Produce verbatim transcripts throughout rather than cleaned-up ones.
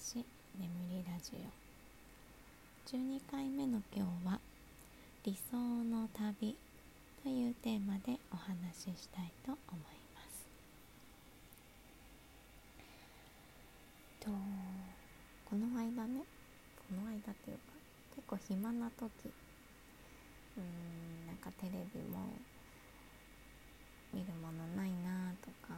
話眠りラジオじゅうにかいめの今日は理想の旅というテーマでお話ししたいと思います。とこの間ねこの間というか結構暇な時うーんなんかテレビも見るものないなとか、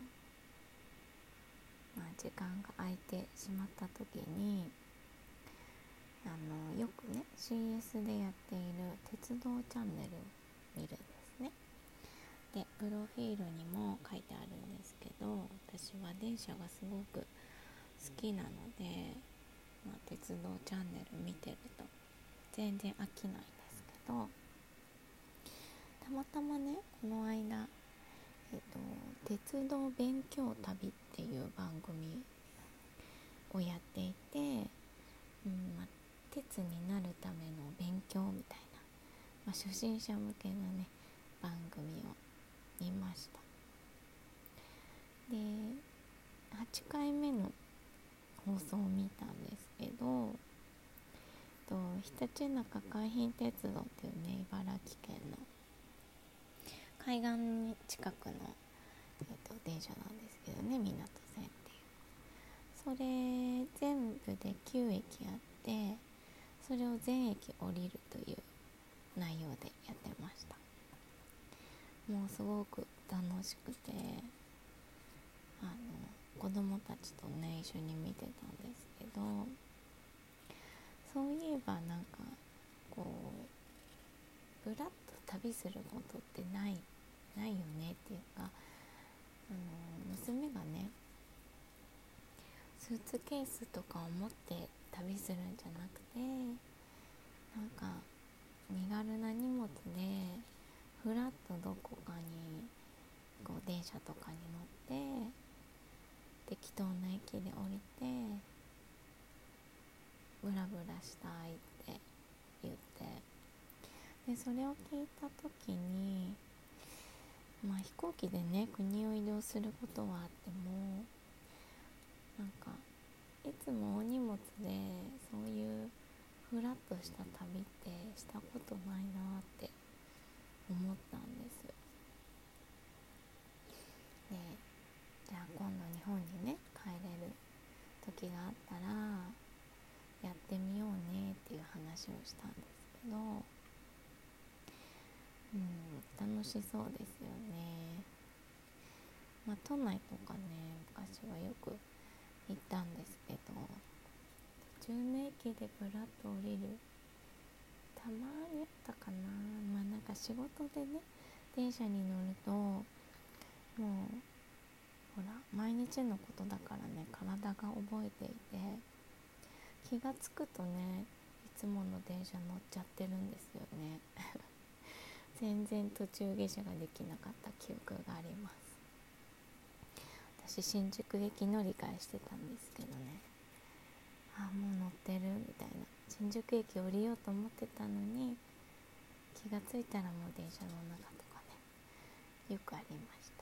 まあ、時間が空いてしまった時にあのよくね シーエス でやっている鉄道チャンネルを見るんですね。でプロフィールにも書いてあるんですけど、私は電車がすごく好きなので、まあ、鉄道チャンネル見てると全然飽きないんですけど、たまたまねこの間、えっと、鉄道勉強旅っていう番組をやっていて、うんまあ、鉄になるための勉強みたいな、まあ、初心者向けのね番組を見ました。ではちかいめの放送を見たんですけど、とひたちなか海浜鉄道っていうね茨城県の海岸近くの、えっと、電車なんですけどね、港線っていうそれ全部できゅうえきあって、それを全駅降りるという内容でやってました。もうすごく楽しくて、あの子供たちとね一緒に見てたんですけど、そういえばなんかこうぶらっと旅することってないないよねっていうか、あの娘がねスーツケースとかを持って旅するんじゃなくて、なんか身軽な荷物でふらっとどこかにこう電車とかに乗って適当な駅で降りてブラブラしたいって言って、でそれを聞いた時に、まあ飛行機でね国を移動することはあっても、なんかいつもお荷物でそういうふらっとした旅ってしたことないなって思ったんです。でじゃあ今度日本にね帰れる時があったらやってみようねっていう話をしたんですけど、うん楽しそうですよね。まあ都内とかね昔はよく行ったんですけど、途中の駅でブラッと降りるたまにあったかな。まあなんか仕事でね電車に乗るともうほら毎日のことだからね体が覚えていて、気がつくとねいつもの電車乗っちゃってるんですよね全然途中下車ができなかった記憶があります。私新宿駅乗り換えしてたんですけどね、あもう乗ってるみたいな、新宿駅降りようと思ってたのに気がついたらもう電車の中とかねよくありました。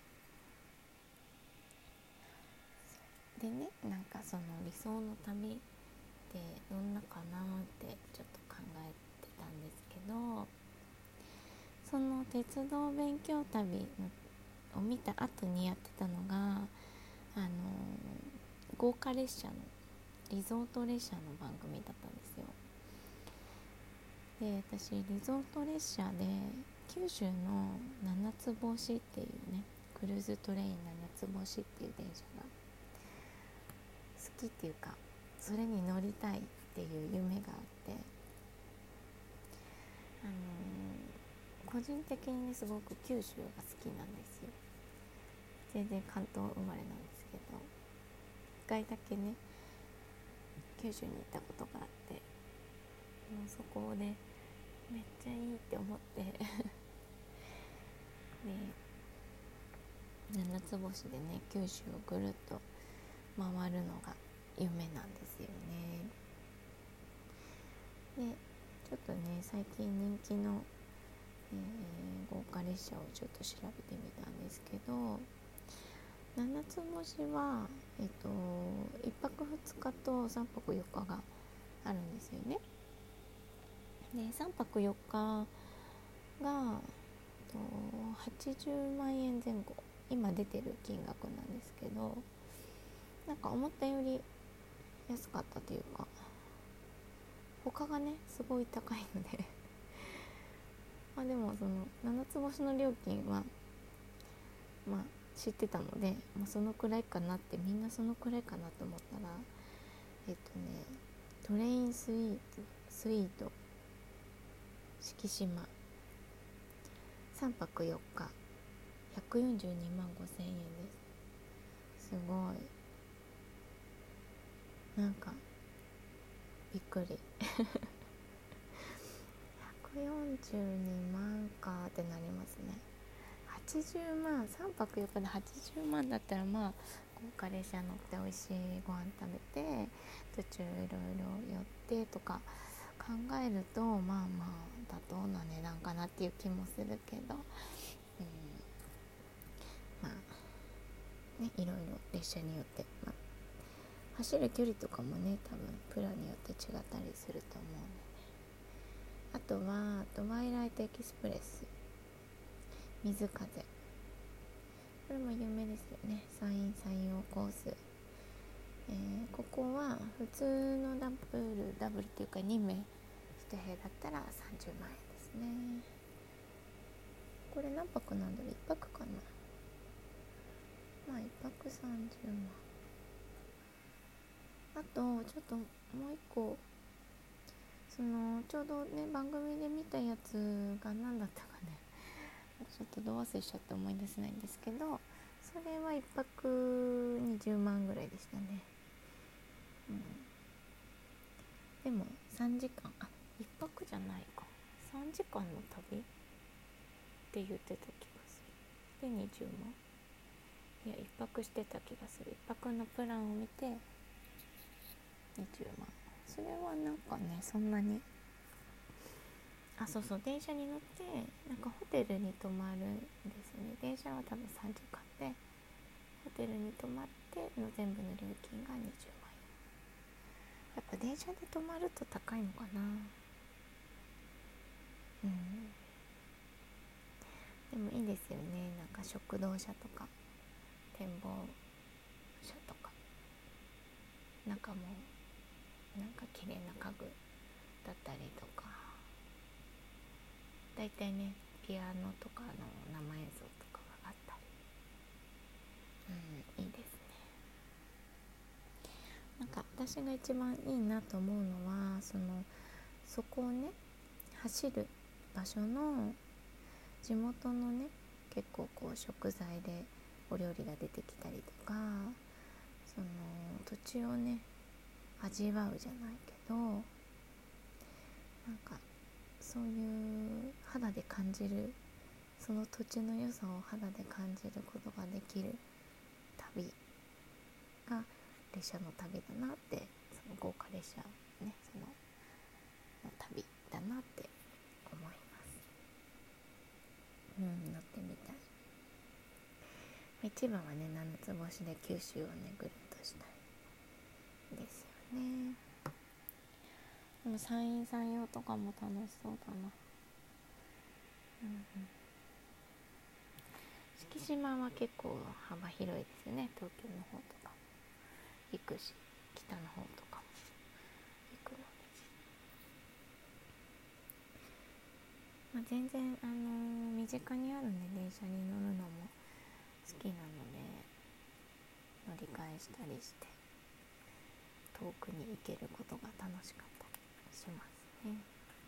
でねなんかその理想の旅ってどんなかなってちょっと考えてたんですけど、その鉄道勉強旅のを見た後にやってたのがあの豪華列車のリゾート列車の番組だったんですよ。で私リゾート列車で九州の七つ星っていうねクルーズトレイン七つ星っていう電車が好きっていうか、それに乗りたいっていう夢があって、あのー、個人的にねすごく九州が好きなんですよ。全然関東生まれなんですけど、一回だけね九州に行ったことがあって、もうそこでめっちゃいいって思ってで七つ星でね九州をぐるっと回るのが夢なんですよね。でちょっとね最近人気の、えー、豪華列車をちょっと調べてみたんですけど、 七つ星はえっといっぱくふつかとさんぱくよっかがあるんですよね。でさんぱくよっかがはちじゅうまんえんぜん後、今出てる金額なんですけど、なんか思ったより安かったというか、他がねすごい高いのでまあでもその七つ星の料金はまあ知ってたので、まあ、そのくらいかなって、みんなそのくらいかなと思ったら、えっとねトレインスイートスイート四季島さんぱくよっかひゃくよんじゅうにまんごせんえんです。すごい、なんかびっくりひゃくよんじゅうにまんかってなりますね。はちじゅうまん、さんぱくよっかではちじゅうまんだったら、まあ豪華列車乗って美味しいご飯食べて途中いろいろ寄ってとか考えると、まあまあ妥当な値段かなっていう気もするけど、うん、まあね、いろいろ列車によって、まあ、走る距離とかもね多分プランによって違ったりすると思うので、あとはトワイライトエキスプレス水風、これも有名ですよね。山陰山陽コース、えー、ここは普通のダブルダブルっていうかにめいいち部屋だったらさんじゅうまんえんですね。これ何泊なんだろう、いっぱくかな。まあいっぱくさんじゅうまん。あとちょっともう一個、そのちょうどね番組で見たやつが何だったかね、ちょっとど忘れしちゃって思い出せないんですけど、それはいっぱくにじゅうまんぐらいでしたね。うん、でもさんじかん、あ、いっぱくじゃないか、さんじかんの旅って言ってた気がする。でにじゅうまん、いやいっぱくしてた気がする。いっぱくのプランを見てにじゅうまん。それはなんかねそんなに、あ、そうそう、電車に乗ってなんかホテルに泊まるんですよね。電車は多分さんじかんで、ホテルに泊まっての全部の料金がにじゅうまんえん。やっぱ電車で泊まると高いのかな。うん、でもいいですよね。なんか食堂車とか展望車とか、中もなんか綺麗な家具だったりとか、だいたいねピアノとかの生演奏とかがあったり、うん、いいですね。なんか私が一番いいなと思うのは、そのそこをね走る場所の地元のね結構こう食材でお料理が出てきたりとか、その土地をね味わうじゃないけど、なんかそういう肌で感じる、その土地の良さを肌で感じることができる旅が列車の旅だなって、その豪華列車ね、そのの旅だなって思います。うん、乗ってみたい。一番はね七つ星で九州をねぐるっとしたいですよね。でも山陰山陽とかも楽しそうだな。うんうん、四季島は結構幅広いですよね。東京の方とか行くし、北の方とかも行くので、まあ、全然、あのー、身近にあるんで電車に乗るのも好きなので、乗り換えしたりして遠くに行けることが楽しかったりしますね。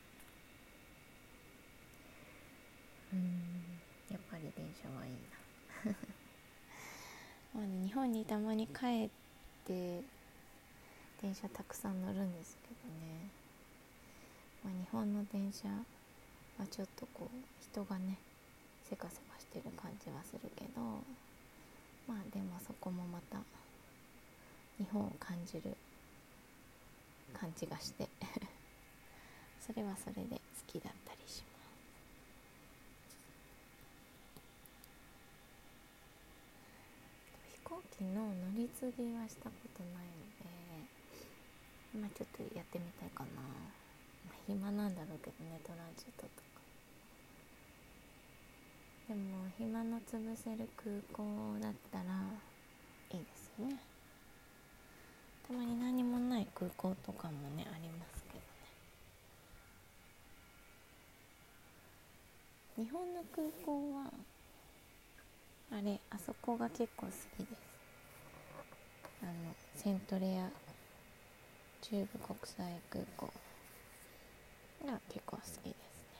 うーん、やっぱり電車はいいなまあ、ね、日本にたまに帰って電車たくさん乗るんですけどね、まあ、日本の電車はちょっとこう人がねせかせかしてる感じはするけど、まあでもそこもまた日本を感じる感じがしてそれはそれで好きだったりします。飛の乗り継ぎはしたことないので、まあちょっとやってみたいかな。まあ、暇なんだろうけどね、トランジットとか。でも暇の潰せる空港だったらいいですよね。たまに何もない空港とかもねありますけどね。日本の空港はあれ、あそこが結構好きです。あのセントレア中部国際空港が結構好きですね。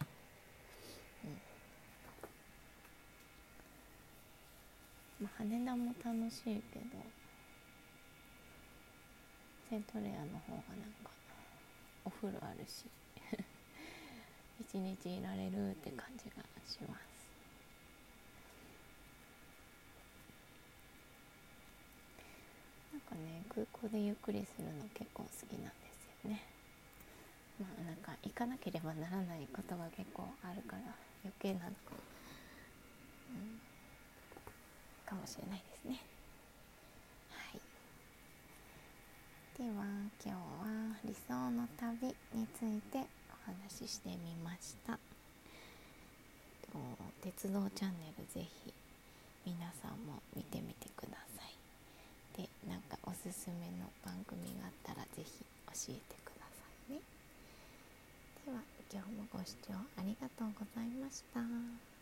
うん、まあ、羽田も楽しいけどセントレアの方がなんかお風呂あるし一日いられるって感じがします。なんかね、空港でゆっくりするの結構好きなんですよね。まあなんか行かなければならないことが結構あるから余計なのか、うん、かもしれないですね。はい。では今日は理想の旅についてお話ししてみました。鉄道チャンネルぜひ皆さんも見てみてください。で、なんかおすすめの番組があったらぜひ教えてくださいね。では今日もご視聴ありがとうございました。